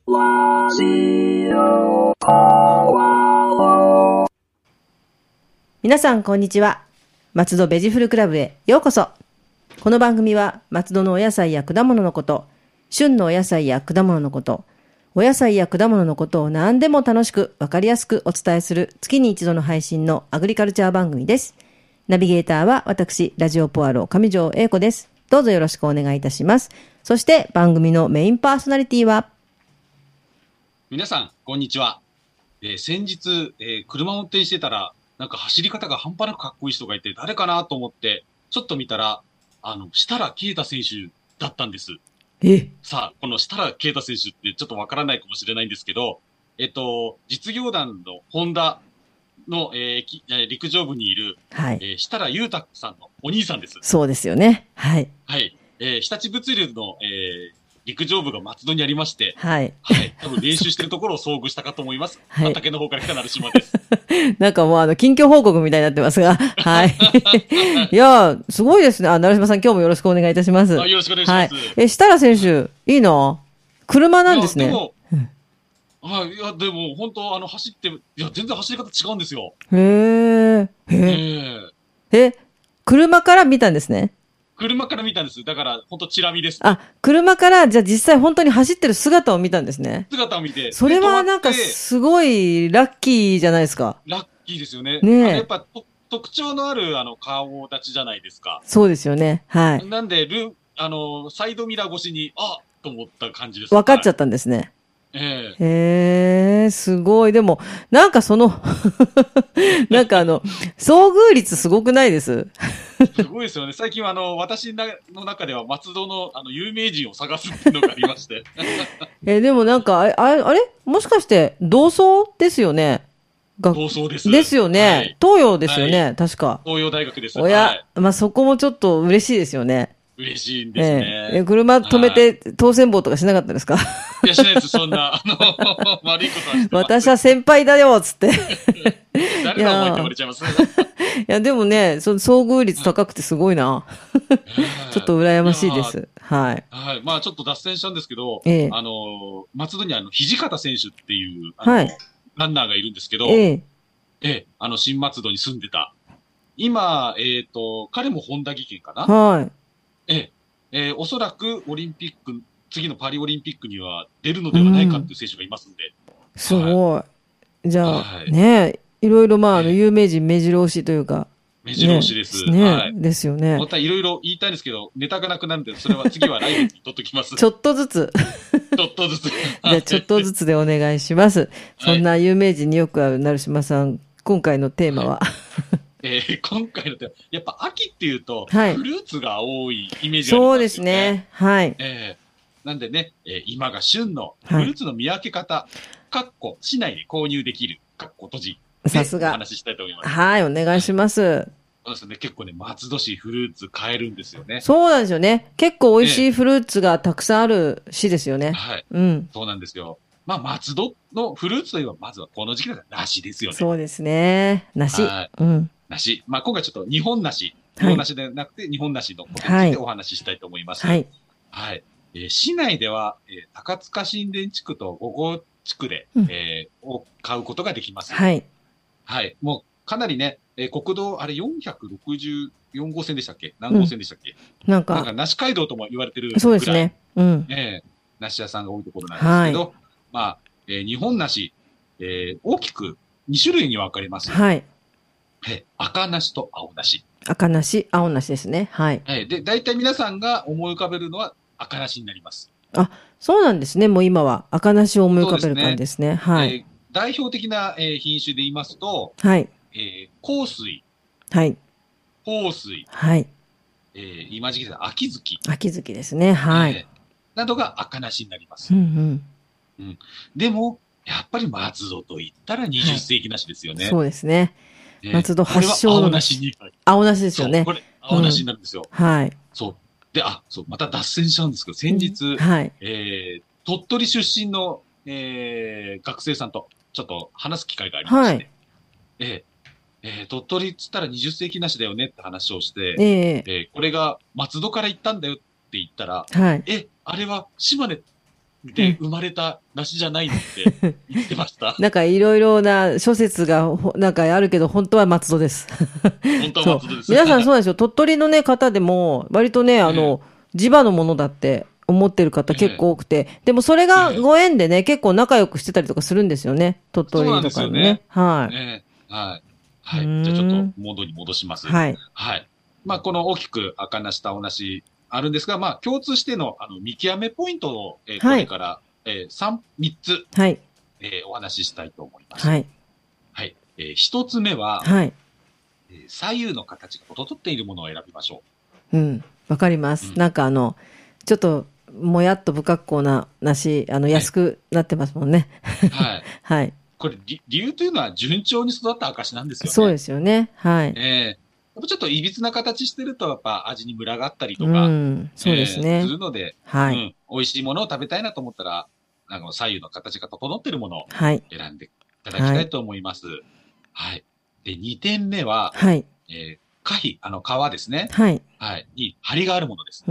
ラジオポアロ。 皆さんこんにちは。松戸ベジフルクラブへようこそ。この番組は松戸のお野菜や果物のこと、旬のお野菜や果物のこと、お野菜や果物のことを何でも楽しくわかりやすくお伝えする月に一度の配信のアグリカルチャー番組です。ナビゲーターは私、ラジオポアロ上条英子です。どうぞよろしくお願いいたします。そして番組のメインパーソナリティは、 皆さん、こんにちは。先日、車を運転してたら、なんか走り方が半端なくかっこいい人がいて、誰かなと思って、ちょっと見たら、設楽啓太選手だったんです。さあ、この設楽啓太選手ってちょっとわからないかもしれないんですけど、実業団のホンダの、陸上部にいる、 はい、 設楽悠太さんのお兄さんです。 そうですよね。はい。 はい。日立物流の、陸上部が松戸にありまして、 はい。 はい。多分練習してるところを遭遇したかと思います。 はい。 畑の方から来た成島です。 なんかもう近況報告みたいになってますが、はい。いや、すごいですね。成島さん今日もよろしくお願いいたします。 よろしくお願いします。 はい。設楽選手、いいな。車なんですね。 でも、いや、でも本当走って、いや、全然走り方違うんですよ。 へえ。車から見たんですね。 車から見たんです。だから、本当チラ見です。 あ、車から、じゃあ実際本当に走ってる姿を見たんですね。 姿を見て。 それはなんかすごいラッキーじゃないですか。 ラッキーですよね。 ねえ。 やっぱ特徴のある顔立ちじゃないですか。 そうですよね。はい。 なんで、サイドミラー越しに、と思った感じです。 分かっちゃったんですね。 へえ、すごい。でも、なんかなんか遭遇率すごくないです？ すごいですよね。最近は私の中では松戸の有名人を探すっていうのがありまして。 でもなんか、あれもしかして同窓ですよね？ 同窓です。 ですよね。 はい、 東洋ですよね、 はい、 確か。 東洋大学です。 まあ、そこもちょっと嬉しいですよね。 嬉しいんですね。 車止めて当選簿とかしなかったですか？ いや、しないです。そんな、悪いことはしてます。 私は先輩だよ、つって。 誰が覚えて言われちゃいます。いや、でもね、遭遇率高くてすごいな。ちょっと羨ましいです。はい。 はい。まあ、ちょっと脱線したんですけど、松戸に土方選手っていう、ランナーがいるんですけど、新松戸に住んでた。今、彼も本田技研かな？ はい。 おそらくオリンピック、次のパリオリンピックには出るのではないかっていう選手がいますんで。 すごい。じゃあ、ね、いろいろ有名人目白押しというか。 目白押しです。 ね、ですよね。 またいろいろ言いたいんですけど、ネタがなくなるんで、それは次は来月に取っときます。 ちょっとずつ。 ちょっとずつ。じゃあちょっとずつでお願いします。そんな有名人によく会う成島さん、今回のテーマは。 今回のテーマ、やっぱ秋っていうと、フルーツが多いイメージがありますよね。 そうですね。はい。 なんでね、今が旬のフルーツの見分け方、市内で購入できる、閉じ。 さすが。 お話ししたいと思います。 はい、お願いします。 そうですね。結構ね、松戸市フルーツ買えるんですよね。 そうなんですよね。結構美味しいフルーツがたくさんある市ですよね。 はい。 うん。 そうなんですよ。まあ、松戸のフルーツといえば、まずはこの時期だから梨ですよね。 そうですね。梨。うん。 梨。まあ、今回ちょっと日本梨。日本梨でなくて、日本梨のことについてお話ししたいと思います。 はい。 はい。市内では、高塚新田地区と五郷地区で、を買うことができます。 はい。 はい。もう、かなりね、国道、あれ464号線でしたっけ？何号線でしたっけ？なんか、梨街道とも言われてるぐらい。 そうですね。うん。 梨屋さんが多いところなんですけど、まあ、日本梨、大きく2種類に分かれます。 はい。 赤梨と青梨。 赤梨、青梨ですね。はい。 で、大体皆さんが思い浮かべるのは赤梨になります。 あ、そうなんですね。もう今は赤梨を思い浮かべる感じですね。はい。 代表的な、品種で言いますと、 はい。 香水。 はい。 豊水。 はい。 今時期で秋月。 秋月ですね。はい。 などが赤梨になります。でも、やっぱり松戸と言ったら20世紀梨ですよね。 そうですね。松戸発祥の青梨に。 青梨ですよね。 これ、青梨になるんですよ。 はい。 そう。で、そう、また脱線しちゃうんですけど、先日、鳥取出身の、学生さんとちょっと話す機会がありまして、鳥取っつったら20世紀梨だよねって話をして、これが松戸から行ったんだよって言ったら、あれは島根で生まれた梨じゃないのって言ってました。 なんかいろいろな諸説がなんかあるけど、本当は松戸です。 本当は松戸です。 皆さんそうなんですよ。鳥取のね、方でも、割とね、地場のものだって思ってる方結構多くて、でもそれがご縁でね、結構仲良くしてたりとかするんですよね。鳥取とかにね。はい。 はい。はい。じゃあちょっと元に戻します。 はい。 はい。まあ、この大きく赤梨したお梨あるんですが、まあ、共通しての、見極めポイントを、これから、3つ、 はい。 お話ししたいと思います。 はい。 はい。1つ目は、 はい。 左右の形が整っているものを選びましょう。うん。わかります。なんかちょっと、もやっと不格好な梨、安くなってますもんね。 はい。 はい。 これ、理由というのは順調に育った証なんですよね。 そうですよね。はい。 やっぱちょっといびつな形してると、やっぱ味にムラがあったりとか、 そうですね。 するので、 はい。 美味しいものを食べたいなと思ったら、左右の形が整っているものを選んでいただきたいと思います。はい。で、2点目は、 はい。 果皮、皮ですね。 はい。 はい。に、張りがあるものです。 うん。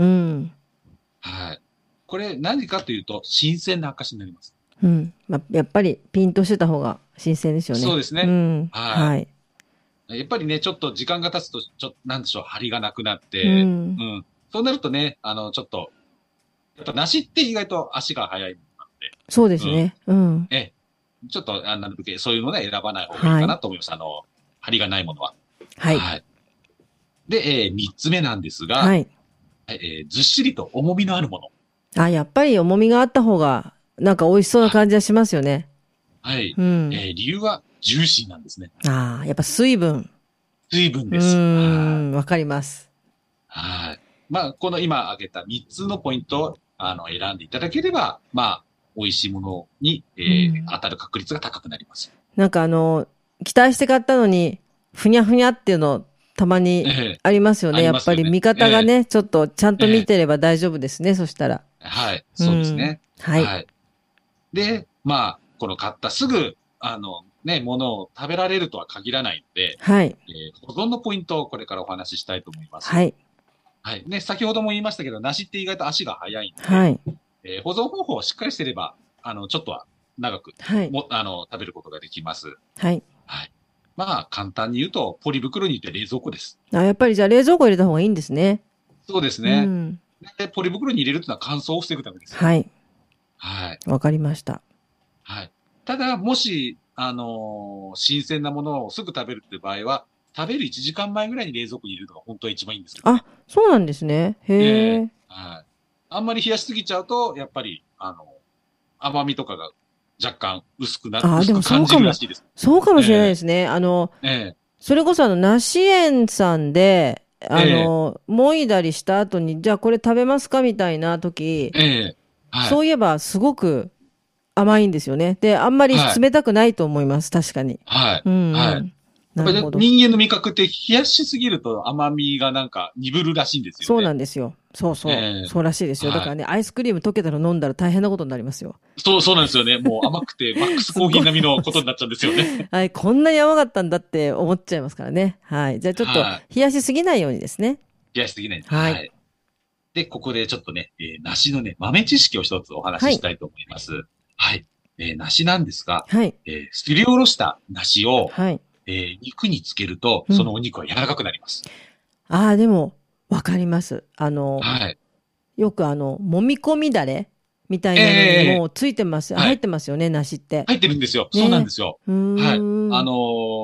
はい。これ、何かというと、新鮮な証になります。 うん。まあ、やっぱり、ピンとしてた方が新鮮ですよね。 そうですね。 うん。はい。 やっぱりね、ちょっと時間が経つと、なんでしょう、張りがなくなって、そうなるとね、ちょっと、やっぱ梨って意外と足が速いので。 そうですね。うん。 ちょっと、なるべくそういうので選ばない方がいいかなと思います。張りがないものは。 はい。 で、3つ目なんですが、 はい。 ずっしりと重みのあるもの。 あ、やっぱり重みがあった方が、なんか美味しそうな感じはしますよね。 はい。理由はジューシーなんですね。 ああ、やっぱ水分。 水分です。 わかります。 はい。まあ、この今挙げた3つのポイントを、選んでいただければ、まあ、美味しいものに、当たる確率が高くなります。 なんか期待して買ったのに、ふにゃふにゃっていうの、たまにありますよね。やっぱり見方がね、ちょっとちゃんと見てれば大丈夫ですね、そしたら。 はい、そうですね。 はい。 で、まあ、この買ったすぐ、ものを食べられるとは限らないので、 はい。 保存のポイントをこれからお話ししたいと思います。 はい。 はい。ね、先ほども言いましたけど、梨って意外と足が早いので、 はい。 保存方法をしっかりしてれば、ちょっとは長く、 はい。 食べることができます。 はい。 はい。まあ、簡単に言うと、ポリ袋に入れて冷蔵庫です。 あ、やっぱりじゃあ冷蔵庫入れた方がいいんですね。 そうですね。で、ポリ袋に入れるっていうのは乾燥を防ぐためです。 はい。 はい。 わかりました。 はい。ただ、もし、新鮮なものをすぐ食べるっていう場合は、食べる1時間前ぐらいに冷蔵庫に入れるのが本当は一番いいんですけど、ね。 あ、そうなんですね。へえ。 はい。あんまり冷やしすぎちゃうと、やっぱり、甘みとかが若干薄く感じるらしいです。 そうかもしれないですね。それこそ梨園さんで、もいだりした後に、じゃあこれ食べますかみたいな時、そういえばすごく甘いんですよね。で、あんまり冷たくないと思います。確かに。 はい。はい。やっぱり人間の味覚って冷やしすぎると甘みがなんか鈍るらしいんですよね。 そうなんですよ。そうそう。そうらしいですよ。だからね、アイスクリーム溶けたら飲んだら大変なことになりますよ。 そうなんですよね。もう甘くてマックスコーヒー並みのことになっちゃうんですよね。 はい。こんなに甘かったんだって思っちゃいますからね。はい。じゃあちょっと冷やしすぎないようにですね。 冷やしすぎない。はい。で、ここでちょっとね、梨のね、豆知識を一つお話ししたいと思います。はい。梨なんですが、 はい。 すりおろした梨を、 はい。 肉につけると、そのお肉は柔らかくなります。 ああ、でも、わかります。 はい。 よく揉み込みだれみたいなのにもついてます。入ってますよね、梨って。 入ってるんですよ。そうなんですよ。はい。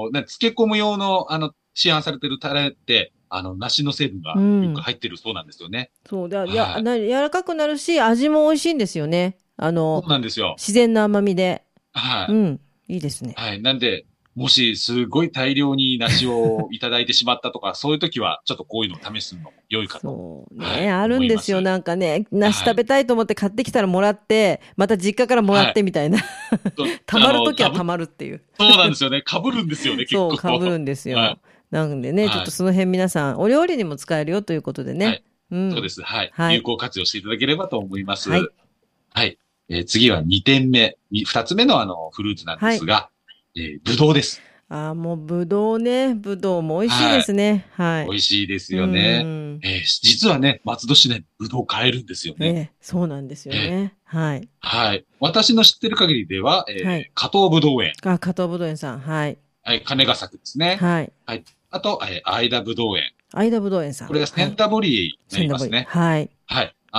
漬け込む用の、市販されてるタレって、梨の成分がよく入ってるそうなんですよね。 そうだ、柔らかくなるし、味も美味しいんですよね。 そうなんですよ。 自然な甘みで。 はい。 いいですね。 はい。なんで、もし、すごい大量に梨をいただいてしまったとか、そういう時は、ちょっとこういうのを試すのも良いかと。 そうね、あるんですよ。なんかね、梨食べたいと思って買ってきたらもらって、また実家からもらってみたいな。たまる時はたまるっていう。 そうなんですよね。被るんですよね、結構。 そう、被るんですよ。なんでね、ちょっとその辺皆さん、お料理にも使えるよということでね。 そうです。はい。有効活用していただければと思います。はい。はい。次は2点目。2つ目のフルーツなんですが、ぶどうです。 もうぶどうね。ぶどうも美味しいですね。はい。 美味しいですよね。実はね、松戸市ね、ぶどう買えるんですよね。 そうなんですよえね。はい。 はい。私の知ってる限りでは、 はい。 加藤ぶどう園。 加藤ぶどう園さん。はい。 はい、金ヶ作ですね。 はい。 はい。あと、相田ぶどう園。 相田ぶどう園さん。 これがセンターボリーになりますね。 はい。 はい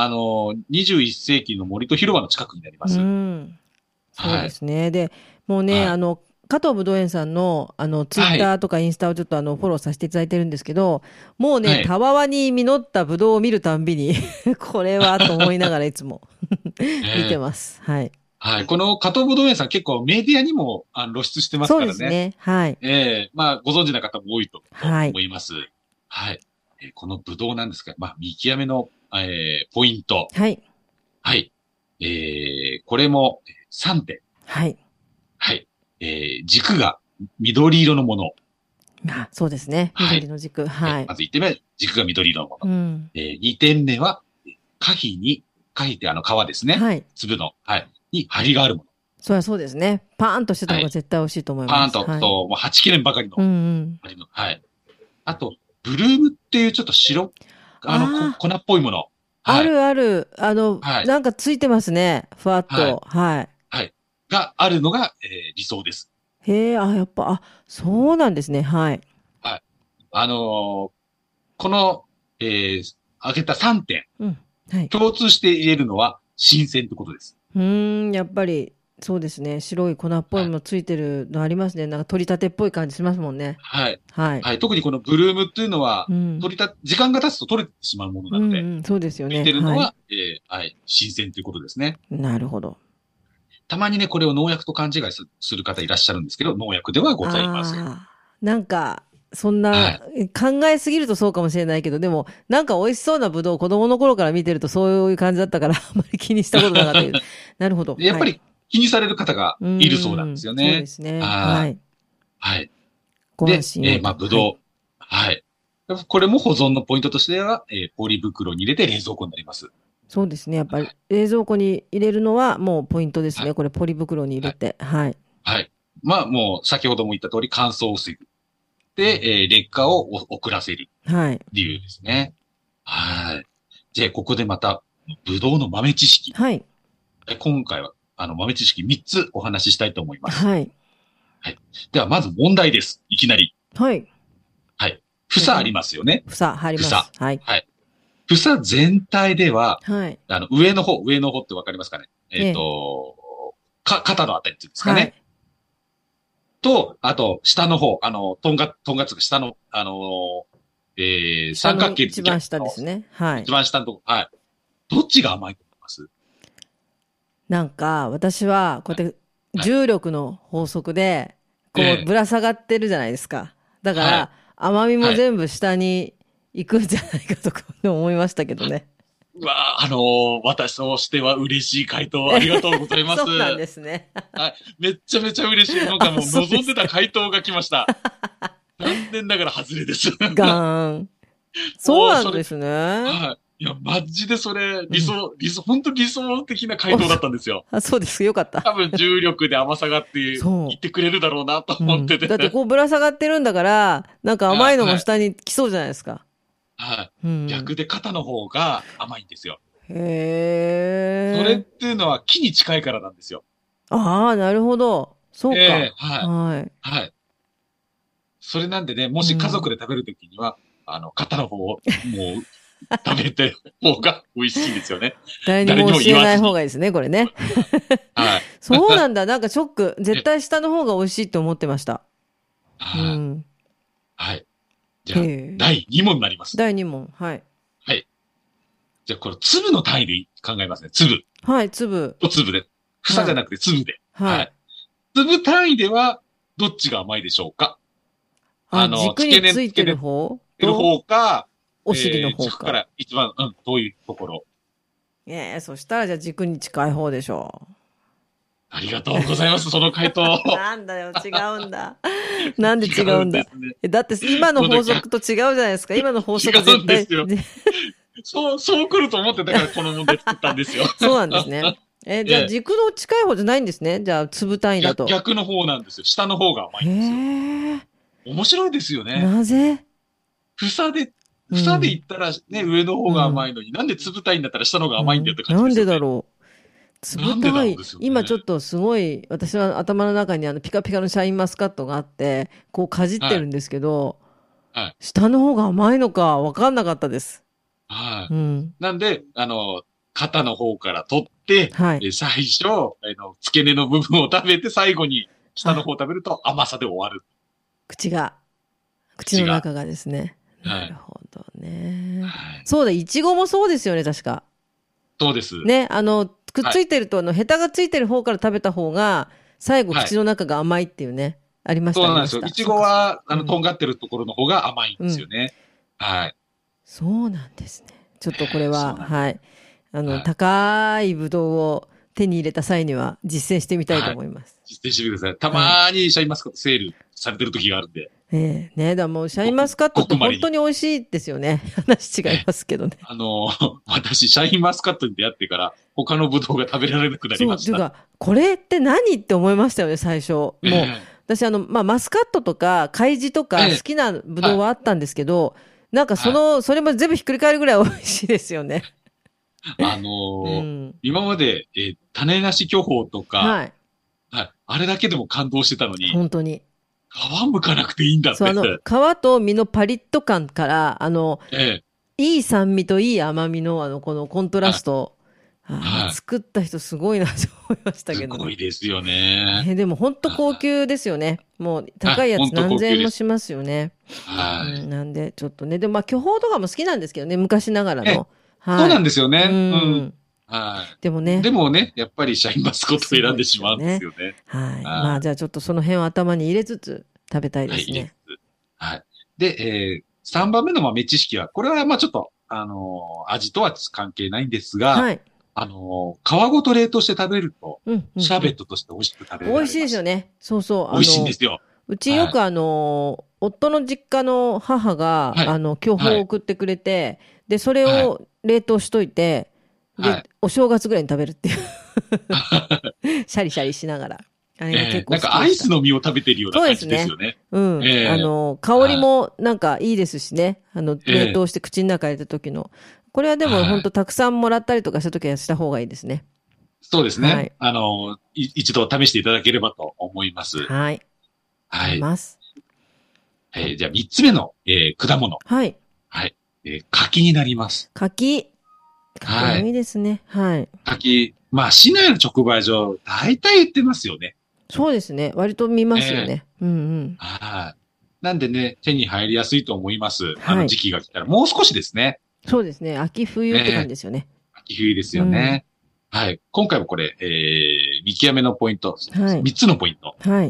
。21世紀の森と広場の近くになります。 そうですね。で、もうね、加藤ぶどう園さんの、ツイッターとかインスタをちょっとフォローさせていただいてるんですけど、もうね、たわわに実ったぶどうを見るたんびにこれはと思いながらいつも見てます。はい。 はい。この加藤ぶどう園さん結構メディアにも露出してますからね。 そうですね。はい。 まあ、ご存知な方も多いと思います。はい。このぶどうなんですが、まあ、見極めの、ポイント。 はい。 はい。これも3点。 はい。 はい。軸が緑色のもの。 そうですね。緑の軸。はい。 まず1点目は軸が緑色のもの。2点目は、可否って皮ですね。 はい。 粒の。はい。に張りがあるもの。 そうですね。パーンとしてた方が絶対美味しいと思います。 パーンと、そう、もう8切れんばかりの。はい。あと、ブルームっていうちょっと白、粉っぽいもの。 あるある。なんかついてますね。ふわっと。はい。 はい。があるのが、理想です。 へえ、やっぱ、そうなんですね。はい。 はい。この、挙げた3点。 はい。 共通して言えるのは、新鮮ってことです。 やっぱり、そうですね。白い粉っぽいものついてるのありますね。なんか取り立てっぽい感じしますもんね。 はい。 はい。 はい。特にこのブルームっていうのは、時間が経つと取れてしまうものなので、 そうですよね。 見てるのは、新鮮ということですね。 なるほど。 たまにね、これを農薬と勘違いする方いらっしゃるんですけど、農薬ではございません。 なんか、そんな、考えすぎるとそうかもしれないけど、でも、なんか美味しそうなぶどうを子供の頃から見てるとそういう感じだったから、あんまり気にしたことなかったけど。なるほど。 やっぱり気にされる方がいるそうなんですよね。 そうですね。はい。 はい。 ご安心を。 まあ、ぶどう。はい。これも保存のポイントとしては、ポリ袋に入れて冷蔵庫になります。 そうですね。やっぱり冷蔵庫に入れるのはもうポイントですね。これポリ袋に入れて。はい。 はい。まあ、もう先ほども言った通り乾燥を防ぐ。で、劣化を遅らせる。 はい。 理由ですね。はい。じゃあ、ここでまた、ぶどうの豆知識。 はい。 今回は、豆知識3つお話ししたいと思います。 はい。 はい。では、まず問題です。いきなり。 はい。 はい。房ありますよね。 房、あります。はい。 はい。房全体では、 はい。 上の方ってわかりますかね。肩のあたりですかね。はい、と、あと、下の方、とんがつが下の、三角形一番下ですね。はい。 一番下のとこ、はい。どっちが甘いと思います？ なんか、私は、こうやって、重力の法則で、こう、ぶら下がってるじゃないですか。だから、甘みも全部下に行くんじゃないかとか思いましたけどね。 うわ私としては嬉しい回答ありがとうございます。 そうなんですね。 はい。めっちゃめちゃ嬉しい。なんかもう望んでた回答が来ました。残念ながら外れです。 ガーン。そうなんですね。 はい。いや、マジでそれ、本当理想的な回答だったんですよ。 そうです。よかった。 多分重力で甘さがって言ってくれるだろうなと思ってて。 だってこうぶら下がってるんだから、なんか甘いのも下に来そうじゃないですか。 はい。逆で肩の方が甘いんですよ。 へー。 それっていうのは木に近いからなんですよ。 ああ、なるほど。そうか。 はい。はい。それなんでね、もし家族で食べるときには、肩の方を、もう、食べて方が美味しいですよね。 誰にも教えない方がいいですね、これね。 はい。 そうなんだ。なんかショック。絶対下の方が美味しいって思ってました。 はい。じゃあ、第2問になります。 第2問。はい。 はい。じゃあ、これ、粒の単位で考えますね。粒。 はい、粒。 粒で。房じゃなくて粒で。はい。粒単位では、どっちが甘いでしょうか？ 軸についてる方か、 お尻の方か。 軸から一番、遠いところ。 そしたらじゃあ軸に近い方でしょう。 ありがとうございます、その回答。 なんだよ、違うんだ。なんで違うんだ。だって今の法則と違うじゃないですか。今の法則絶対。そう来ると思ってたからこの問題作ったんですよ。 そうなんですね。 じゃあ軸の近い方じゃないんですね。じゃあ粒単位だと。 逆の方なんですよ。下の方が甘いんですよ。面白いですよね。 なぜ？ 房で言ったらね、上の方が甘いのに、なんで粒単位になったら下の方が甘いんだよって感じですよね。 なんでだろう。粒単位、今ちょっとすごい、私は頭の中にピカピカのシャインマスカットがあって、こうかじってるんですけど、下の方が甘いのか分かんなかったです。 はい。なんで、肩の方から取って、最初、付け根の部分を食べて、最後に下の方を食べると甘さで終わる。 口の中がですね。なるほどね。そうだ、いちごもそうですよね、確か。 そうです。 ね、くっついてると、ヘタがついてる方から食べた方が、最後口の中が甘いっていうね、ありました。 そうなんですよ。いちごは、とんがってるところの方が甘いんですよね。はい。 そうなんですね。ちょっとこれは、はい。高いブドウを手に入れた際には実践してみたいと思います。 実践してみてください。たまーにシャインマスカットセールされてる時があるんで。 ね、だからもうシャインマスカットって本当に美味しいですよね。話違いますけどね。 私、シャインマスカットに出会ってから、他のブドウが食べられなくなりました。 そう、というか、これって何って思いましたよね、最初。もう、私マスカットとか、海地とか好きなブドウはあったんですけど、なんかそれも全部ひっくり返るぐらい美味しいですよね。 今まで、種なし巨峰とか、あれだけでも感動してたのに、 本当に。 皮剥かなくていいんだって。 そう、皮と実のパリッと感から、いい酸味といい甘みの、このコントラスト、作った人すごいなと思いましたけど、ね。 すごいですよね。 でも本当高級ですよね。もう高いやつ何千円もしますよね。なんで、ちょっとね。でも巨峰とかも好きなんですけどね、昔ながらの。 そうなんですよね。 でもね、やっぱりシャインマスカットを選んでしまうんですよね。 まあじゃあちょっとその辺を頭に入れつつ食べたいですね。 で、3番目の豆知識は、これはまあちょっと、味とは関係ないんですが、皮ごと冷凍して食べると、シャーベットとして美味しく食べられます。 美味しいですよね。そうそう。 美味しいんですよ。 うちよく夫の実家の母が、巨峰を送ってくれて、で、それを冷凍しといて、で、お正月ぐらいに食べるっていう。シャリシャリしながら。 なんかアイスの実を食べてるような感じですよね。 香りもなんかいいですしね。冷凍して口の中入れた時の。これはでも本当たくさんもらったりとかした時はした方がいいですね。 そうですね。一度試していただければと思います。 はい。 はい。 じゃあ3つ目の、果物。 はい。 柿になります。 柿もいいですね。はい。 柿。まあ、市内の直売所、大体売ってますよね。 そうですね。割と見ますよね。 なんでね、手に入りやすいと思います。時期が来たら。もう少しですね。 そうですね。秋冬って感じですよね。 秋冬ですよね。はい。今回もこれ、見極めのポイント。3つのポイント。 はい。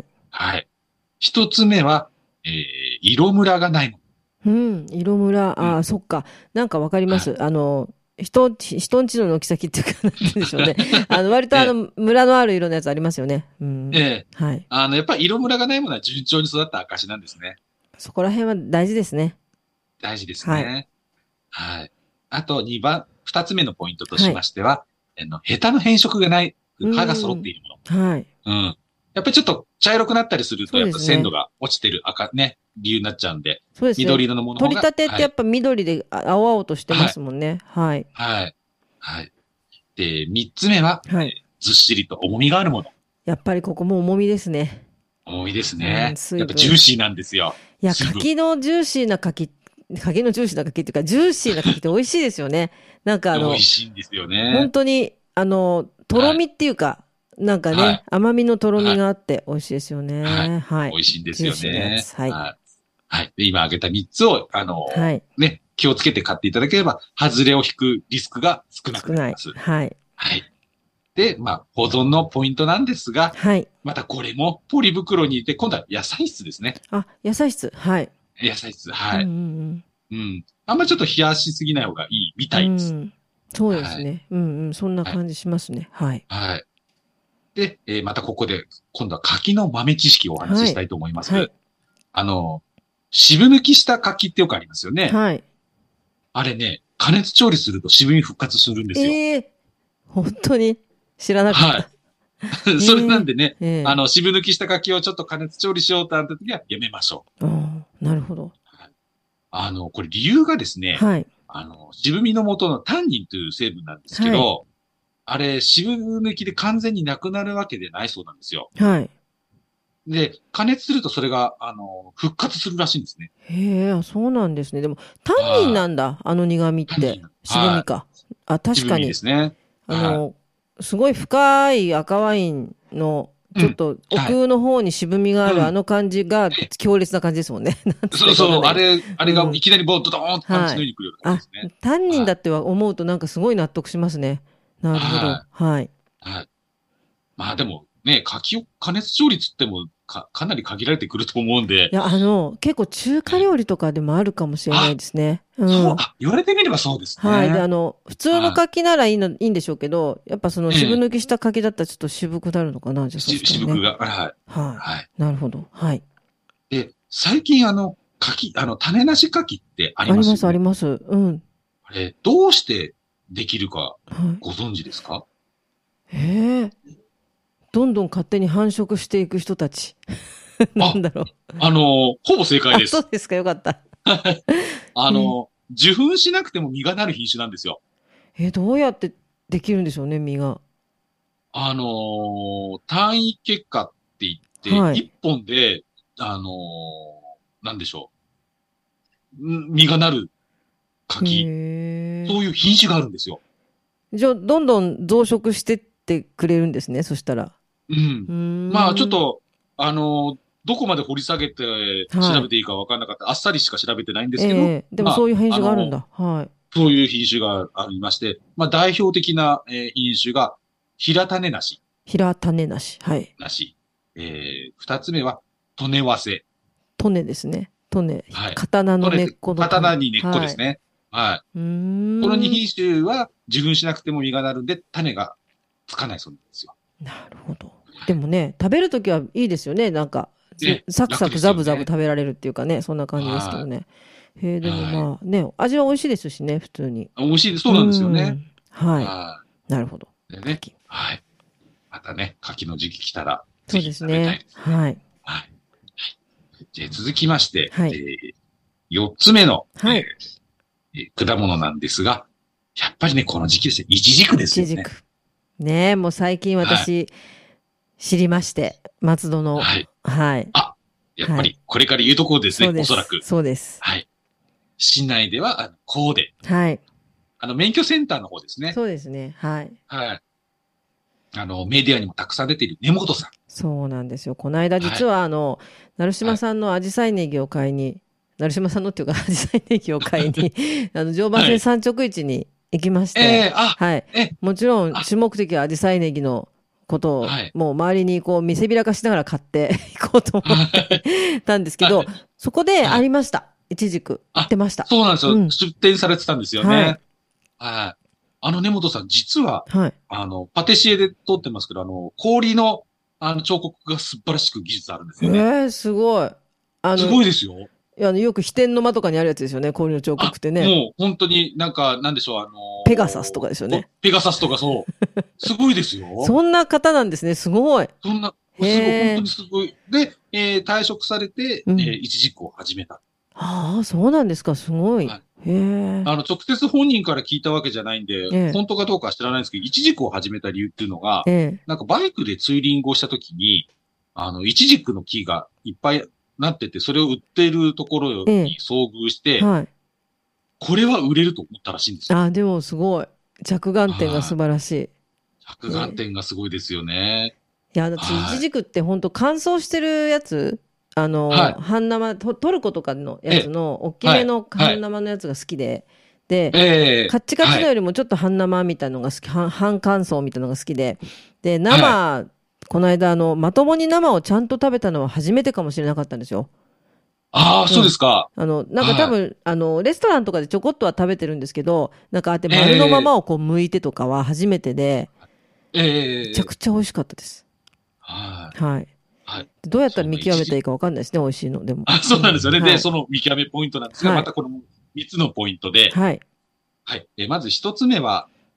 1つ目は、色ムラがないもの。色ムラ。そっか。なんかわかります。人んちの軒先っていうか、なんて言うんでしょうね。割とムラのある色のやつありますよね。 はい。やっぱり色ムラがないものは順調に育った証なんですね。 そこら辺は大事ですね。 大事ですね。はい。あと2つ目のポイントとしましては、ヘタの変色がない、葉が揃っているもの。 はい。 やっぱりちょっと茶色くなったりすると、やっぱ鮮度が落ちてる理由になっちゃうんで。 そうですね。 緑色のものが。 取り立てってやっぱ緑で青々としてますもんね。はい。 で、3つ目は、ずっしりと重みがあるもの。 やっぱりここも重みですね。 重みですね。やっぱジューシーなんですよ。 いや、柿のジューシーな柿っていうか、ジューシーな柿って美味しいですよね。なんか美味しいんですよね。 本当に、とろみっていうか、なんかね、甘みのとろみがあって美味しいですよね。はい。 美味しいんですよね。 はい。 で、今挙げた3つを、ね、気をつけて買っていただければ、外れを引くリスクが少なくなります。 はい。 で、保存のポイントなんですが、またこれもポリ袋に入れて、今度は野菜室ですね。 野菜室。はい。 野菜室。はい。あんまりちょっと冷やしすぎない方がいいみたいです。 そうですね。そんな感じしますね。はい。 で、またここで、今度は柿の豆知識をお話ししたいと思います。渋抜きした柿ってよくありますよね。あれね、加熱調理すると渋み復活するんですよ。 本当に知らなかった。 それなんでね、 ええ渋抜きした柿をちょっと加熱調理しようとなった時はやめましょう。 なるほど。 これ理由がですね、 はい。 渋みの元のタンニンという成分なんですけど、あれ、渋抜きで完全になくなるわけでないそうなんですよ。 はい。 で、加熱するとそれが、復活するらしいんですね。 へえ、そうなんですね。でも、タンニンはなんだ。あの苦味っタンニて。 ン。 渋みか。確渋みでかに。 すね。 すごい深い赤ワインの、ちょっと奥の方に渋みがあるあの感じが強烈な感じですもんね。 そうそう、あれがいきなりボーッとドーンとパンチのようにくるような感じですね。 タンニンだって思うとなんかすごい納得しますね。なるほど。はい。 まあでもね、柿を加熱調理つってもかなり限られてくると思うんで。 いや、結構中華料理とかでもあるかもしれないですね。 そう、言われてみればそうですね。 はい。で、普通の柿ならいいんでしょうけど、やっぱその渋抜きした柿だったらちょっと渋くなるのかな、じゃあそしたらね。 渋くが、 はい。なるほど。はい。 で、最近種なし柿ってありますよね。 あります。うん。 あれ、どうしてできるかご存知ですか？ へえ。どんどん勝手に繁殖していく人たち。なんだろう。 ほぼ正解です。 そうですか、よかった。 受粉しなくても実がなる品種なんですよ。 どうやってできるんでしょうね、実が。 単位結果って言って、一本で、なんでしょう。実がなる柿。そういう品種があるんですよ。 じゃあ、どんどん増殖してってくれるんですね、そしたら。 まあ、ちょっと、どこまで掘り下げて調べていいか分からなかった。あっさりしか調べてないんですけど。 でもそういう品種があるんだ。はい。 そういう品種がありまして、まあ代表的な品種が、平種なし。 平種なし。はい。 なし。二つ目は、利根早生。 利根ですね。利根。 はい。 刀の根っこの。 刀に根っこですね。はい。この二品種は受粉しなくても実がなるんで、種がつかないそうなんですよ。 なるほど。でもね、食べるときはいいですよね。なんか、サクサクザブザブ食べられるっていうかね、そんな感じですけどね。でもまあね、味は美味しいですしね、普通に。 美味しい、そうなんですよね。 はい。なるほど。 でね、はい。またね、柿の時期来たら、 そうですね。はい。 はい。じゃあ続きまして、 はい。 4つ目の、 はい。 果物なんですが、やっぱりね、この時期ですね、イチジクですよね。イチジク。 ねもう最近私、知りまして、松戸の。 はい。 はい。 やっぱり、これから言うところですね、おそらく。 そうです。 はい。市内では、コーデ。 はい。 免許センターの方ですね。 そうですね。はい。 はい。メディアにもたくさん出ている根本さん。 そうなんですよ。この間、実は、成島さんのアジサイネギを買いに、成島さんのっていうか、アジサイネギを買いに、常磐線産直市に行きまして、はい。もちろん、主目的はアジサイネギのことを、もう周りにこう見せびらかしながら買っていこうと思ってたんですけど、そこでありました。イチジク。売ってました。 そうなんですよ。出店されてたんですよね。はい。根本さん、実は、パティシエで通ってますけど、氷の、彫刻が素晴らしく技術あるんですよね。 すごい。 すごいですよ。 よく飛天の間とかにあるやつですよね、氷の彫刻ってね。 もう、本当になんでしょう、 ペガサスとかですよね。 ペガサスとかそう。すごいですよ。 そんな方なんですね、すごい。 本当にすごい。で、退職されて、イチジクを始めた。 ああ、そうなんですか、すごい。 直接本人から聞いたわけじゃないんで、本当かどうかは知らないんですけど、イチジクを始めた理由っていうのが、なんかバイクでツーリングをしたときに、イチジクの木がいっぱいなってて、それを売っているところに遭遇して、これは売れると思ったらしいんですよ。 でもすごい。着眼点が素晴らしい。 着眼点がすごいですよね。 いや、私、イチジクって本当乾燥してるやつ、半生、トルコとかのやつの、大きめの半生のやつが好きで、で、カッチカチのよりもちょっと半生みたいなのが好き、半乾燥みたいなのが好きで、で、この間、まともに生をちゃんと食べたのは初めてかもしれなかったんですよ。 ああ、そうですか。 なんか多分、レストランとかでちょこっとは食べてるんですけど、なんかあって丸のままをこう剥いてとかは初めてで、めちゃくちゃ美味しかったです。はい。どうやったら見極めたらいいか分かんないですね、美味しいの。でも。 そうなんですよね。で、その見極めポイントなんですが、またこの3つのポイントで。はい。まず1つ目は、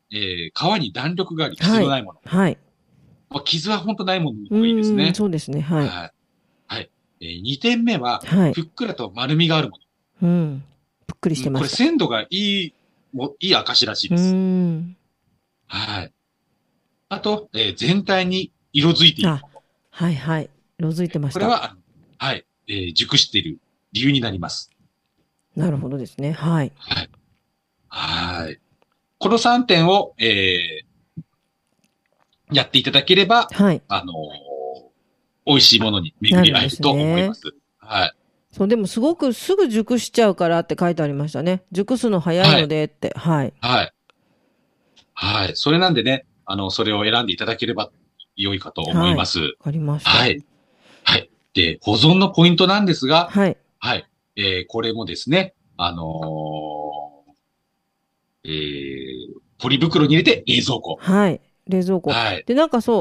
皮に弾力があり、傷のないもの。 はい。 まあ、傷は本当ないものの方がいいですね。 そうですね。はい。 はい。はい。2点目は、 はい。 ふっくらと丸みがあるもの。 ぷっくりしてまこれした。 鮮度がいい証らしいです。はい。あと、全体に色づいているもの。 はいはい。色づいてました。 これは、はい。熟している理由になります。 なるほどですね。はい。 はい。はい。この3点を、やっていただければ、 はい。 美味しいものに巡り合えると思います。はい。 そう、でもすぐ熟しちゃうからって書いてありましたね。熟すの早いのでって。はい。 はい。はい。それなんでね、それを選んでいただければ良いかと思います。 わかりました。 はい。はい。で、保存のポイントなんですが、 はい。 はい。これもですね、ポリ袋に入れて冷蔵庫。 はい。冷蔵庫。 はい。 で、なんかそう、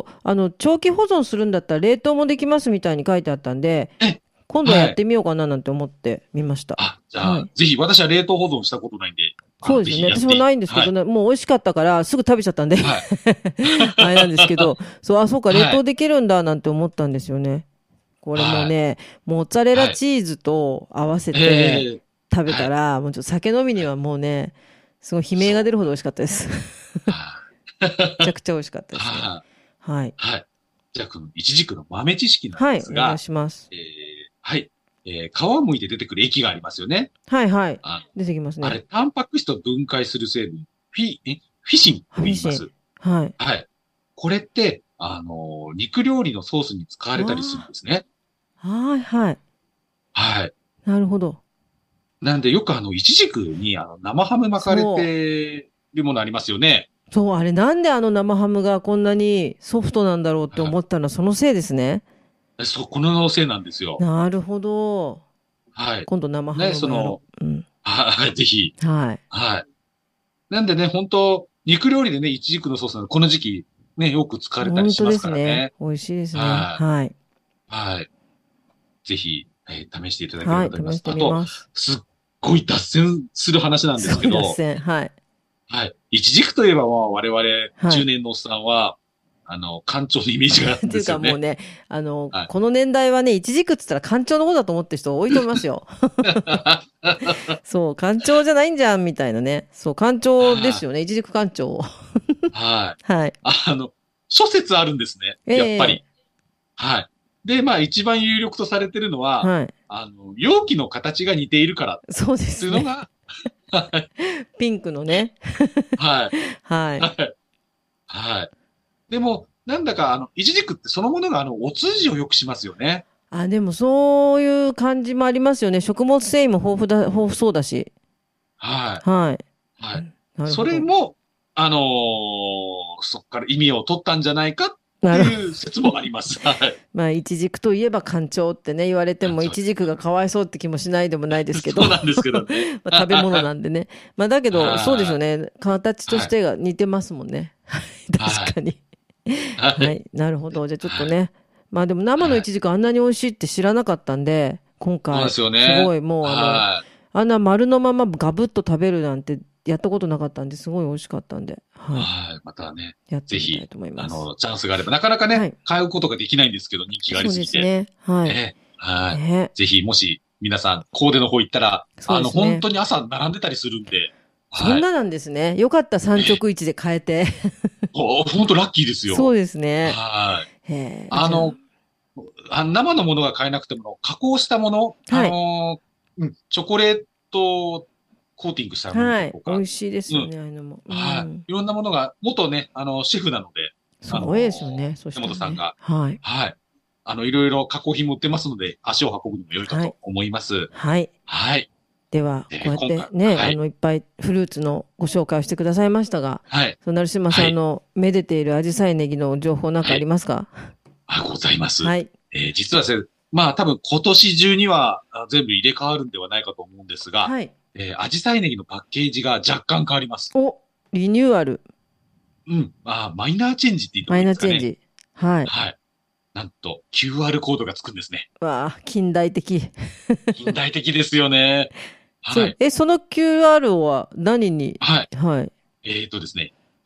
長期保存するんだったら冷凍もできますみたいに書いてあったんで、今度やってみようかななんて思ってみました。 じゃあ、ぜひ、私は冷凍保存したことないんで。 そうですね。私もないんですけどね、もう美味しかったからすぐ食べちゃったんで、あれなんですけど、そうか、冷凍できるんだなんて思ったんですよね。これもね、モッツァレラチーズと合わせて食べたら、もうちょっと酒飲みにはもうね、すごい悲鳴が出るほど美味しかったです。めちゃくちゃ美味しかったですね。はい。 はい。じゃあ、このイチジクの豆知識なんですが、 はい、お願いします。 はい。皮むいて出てくる液がありますよね。 はいはい。出てきますね。 あれ、タンパク質を分解する成分、フィシンと言います。 はい。 はい。これって、肉料理のソースに使われたりするんですね。 はいはい。 はい。 なるほど。 なんで、よくイチジクに生ハム巻かれてるものありますよね。 そう、あれなんで生ハムがこんなにソフトなんだろうって思ったのはそのせいですね。 このせいなんですよ。 なるほど。 はい。 今度生ハムもやろう。 はい、ぜひ。 はい。 はい。なんでね、本当肉料理でね、イチジクのソースなのこの時期、ね、よく使われたりしますからね。 本当ですね。美味しいですね。はい。 はい。ぜひ、試していただければと思います。 はい、試してみます。 あと、すっごい脱線する話なんですけど。 脱線、はい。 はい。イチジクといえば、我々、中年のおっさんは、干潮のイメージがあるんですよね。 っていうかもうね、この年代はね、イチジクって言ったら干潮のことだと思ってる人多いと思いますよ。そう、干潮じゃないんじゃん、みたいなね。そう、干潮ですよね。イチジク干潮。 はい。 はい。 諸説あるんですね。やっぱり。はい。で、まあ一番有力とされてるのは、容器の形が似ているから。 そうですね。 っていうのが、 ピンクのね。 はい。 はい。 はい。でも、なんだか、イチジクってそのものがお通じを良くしますよね。 でもそういう感じもありますよね。食物繊維も豊富そうだし。 はい。 はい。 はい。それも、そっから意味を取ったんじゃないかっていう説もあります。はい。 まあ、イチジクといえば干潮ってね、言われても、イチジクがかわいそうって気もしないでもないですけど。 そうなんですけどね。 まあ、食べ物なんでね。まあ、だけど、そうですよね。形としてが似てますもんね。確かに。はい。なるほど。じゃあちょっとね。まあでも生のイチジクあんなに美味しいって知らなかったんで、今回、すごいもうあんな丸のままガブッと食べるなんてやったことなかったんで、すごい美味しかったんで。 はい。またね、 やってみたいと思います。 チャンスがあれば、なかなかね、買うことができないんですけど、人気がありすぎて。 そうですね。はい。 はい。ぜひ、もし、皆さん、コーデの方行ったら、本当に朝並んでたりするんで。 そんななんですね。よかった、産直市で買えて。 本当ラッキーですよ。 そうですね。 はい。生のものが買えなくても、加工したもの、チョコレートコーティングしたものとか。 美味しいですよね、ああいうのも。 はい。いろんなものが、元ね、シェフなので。 すごいですよね、 山本さんが。 はい。 はい。いろいろ加工品も売ってますので、足を運ぶのも良いかと思います。 はい。 はい。 では、こうやってね、いっぱいフルーツのご紹介をしてくださいましたが、はい。成島さん、めでているアジサイネギの情報なんかありますか？ ございます。 はい。 実はですね、まあ多分今年中には全部入れ替わるんではないかと思うんですが、はい。アジサイネギのパッケージが若干変わります。 リニューアル。 マイナーチェンジって言ってもいいですかね。マイナーチェンジ。 はい。 はい。なんと、QR コードがつくんですね。 わあ、近代的。 近代的ですよね。 はい。その QR は何に？ はい。 はい。 ですね、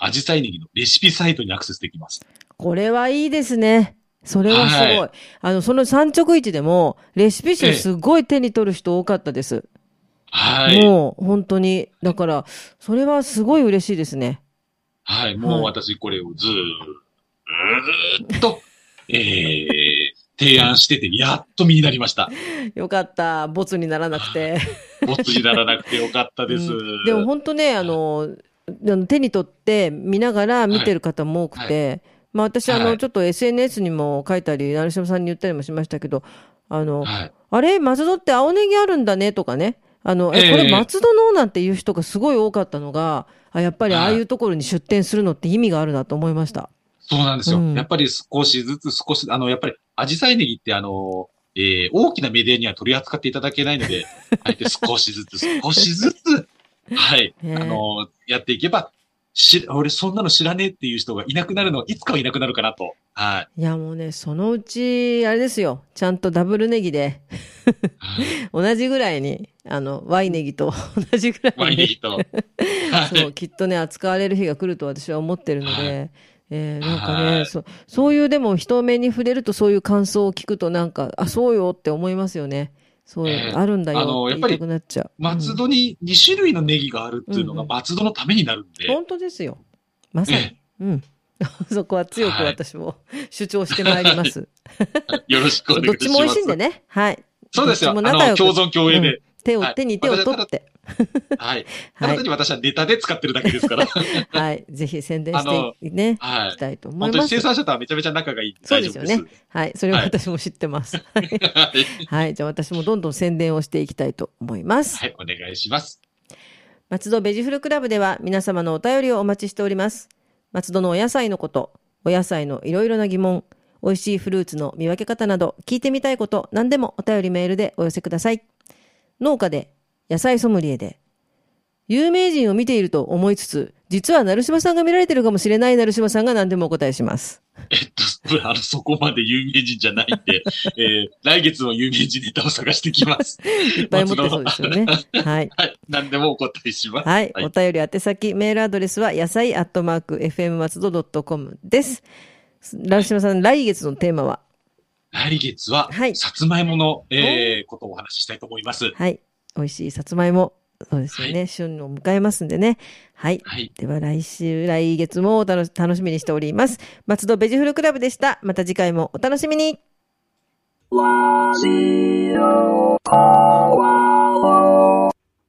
アジサイネギのレシピサイトにアクセスできます。 これはいいですね。それはすごい。 はその産直市でも、レシピ集すごい手に取る人多かったです。 はい。 もう、本当に。だから、それはすごい嬉しいですね。 はい。もう私これをずーっと、提案してて、やっと身になりました。 よかった。ボツにならなくて。 ボツにならなくてよかったです。 でも本当ね、手に取って見ながら見てる方も多くて、 はいまあ私、ちょっと SNS にも書いたり、成島さんに言ったりもしましたけど、 はい。 あれ、松戸って青ネギあるんだねとかね、これ松戸のなんていう人がすごい多かったのが、やっぱりああいうところに出店するのって意味があるなと思いました。 そうなんですよ。やっぱり少しずつやっぱり、アジサイネギって大きなメディアには取り扱っていただけないので、あえて少しずつ、はい、やっていけば、俺そんなの知らねえっていう人がいなくなるのは、いつかはいなくなるかなと。はい。 いやもうね、そのうち、あれですよ、ちゃんとダブルネギで、同じぐらいに、ワイネギと同じぐらいに、 ワイネギと。はい、 そう、きっとね、扱われる日が来ると私は思ってるので、 はい、 なんかね、そういうでも人目に触れるとそういう感想を聞くとなんか、そうよって思いますよね。そういう、あるんだよって言いたくなっちゃう。 松戸に2種類のネギがあるっていうのが松戸のためになるんで。 本当ですよ。まさに。そこは強く私も主張してまいります。 よろしくお願いします。 どっちも美味しいんでね。はい。 そうですよ。共存共栄で。 手に手を取って。 はい。ただ単に私はネタで使ってるだけですから。 はい。ぜひ宣伝してね、いきたいと思います。 本当に生産者とはめちゃめちゃ仲がいい。 そうですよね。はい。それは私も知ってます。はい。じゃあ私もどんどん宣伝をしていきたいと思います。 はい。お願いします。 松戸ベジフルクラブでは皆様のお便りをお待ちしております。松戸のお野菜のこと、お野菜のいろいろな疑問、美味しいフルーツの見分け方など、聞いてみたいこと、何でもお便りメールでお寄せください。農家で、野菜ソムリエで、有名人を見ていると思いつつ、実は成島さんが見られてるかもしれない成島さんが何でもお答えします。 そこまで有名人じゃないんで、来月の有名人ネタを探してきます。 いっぱい持ってそうですよね。はい。 はい。何でもお答えします。 はい。お便り宛先、メールアドレスは、野菜@fm松戸.com です。成島さん、来月のテーマは来月は、さつまいもの、ことをお話ししたいと思います。 はい。美味しいさつまいも。そうですよね。旬を迎えますんでね。はい。では来月も楽しみにしております。松戸ベジフルクラブでした。また次回もお楽しみに。 ラジオかわろ